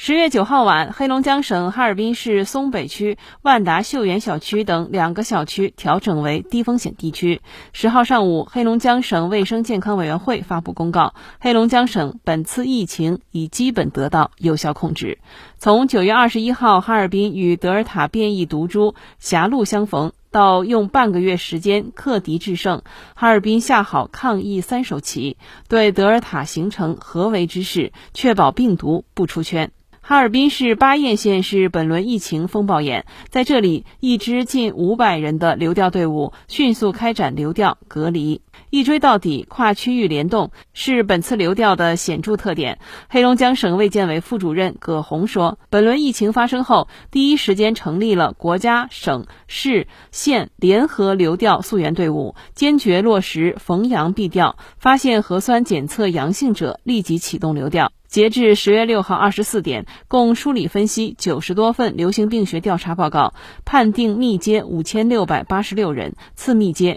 10月9号晚，黑龙江省哈尔滨市松北区万达秀园小区等2个小区调整为低风险地区。10号上午，黑龙江省卫生健康委员会发布公告，黑龙江省本次疫情已基本得到有效控制。从9月21号哈尔滨与德尔塔变异毒株狭路相逢，到用半个月时间克敌制胜，哈尔滨下好抗疫3手棋，对德尔塔形成合围之势，确保病毒不出圈。哈尔滨市巴彦县是本轮疫情风暴眼，在这里，一支近500人的流调队伍迅速开展流调隔离，一追到底，跨区域联动是本次流调的显著特点。黑龙江省卫健委副主任葛洪说，本轮疫情发生后，第一时间成立了国家、省、市、县联合流调溯源队伍，坚决落实逢阳必调，发现核酸检测阳性者立即启动流调。截至10月6号24点，共梳理分析90多份流行病学调查报告，判定密接5686人，次密接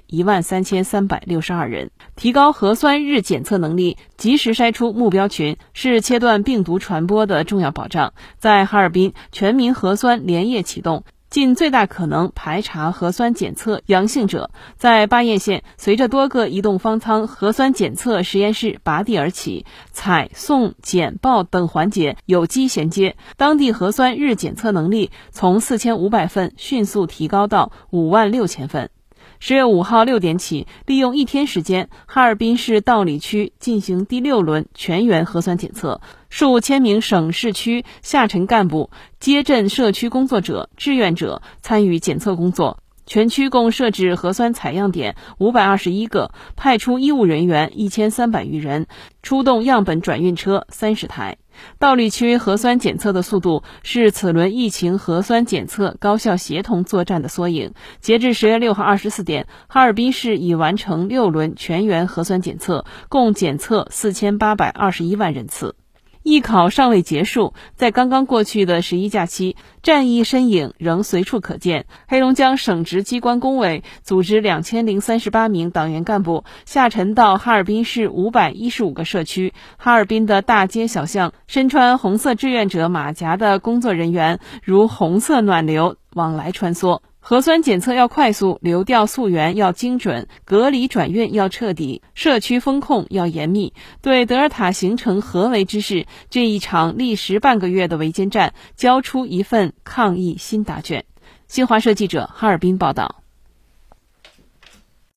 13362人。提高核酸日检测能力，及时筛出目标群，是切断病毒传播的重要保障。在哈尔滨，全民核酸连夜启动，尽最大可能排查核酸检测阳性者。在巴彦县，随着多个移动方舱核酸检测实验室拔地而起，采、送、检、报等环节有机衔接，当地核酸日检测能力从4500份迅速提高到56000份。10月5号6点起，利用1天时间，哈尔滨市道里区进行第6轮全员核酸检测，数千名省市区下沉干部、街镇社区工作者、志愿者参与检测工作。全区共设置核酸采样点521个，派出医务人员1300余人，出动样本转运车30台。道里区核酸检测的速度是此轮疫情核酸检测高效协同作战的缩影。截至10月6号24点，哈尔滨市已完成6轮全员核酸检测，共检测4821万人次。艺考尚未结束，在刚刚过去的11假期，战役身影仍随处可见。黑龙江省直机关工委组织2038名党员干部下沉到哈尔滨市515个社区，哈尔滨的大街小巷，身穿红色志愿者马甲的工作人员如红色暖流往来穿梭。核酸检测要快速，流调溯源要精准，隔离转运要彻底，社区封控要严密，对德尔塔形成合围之势，这一场历时半个月的围歼战，交出一份抗疫新答卷。新华社记者哈尔滨报道。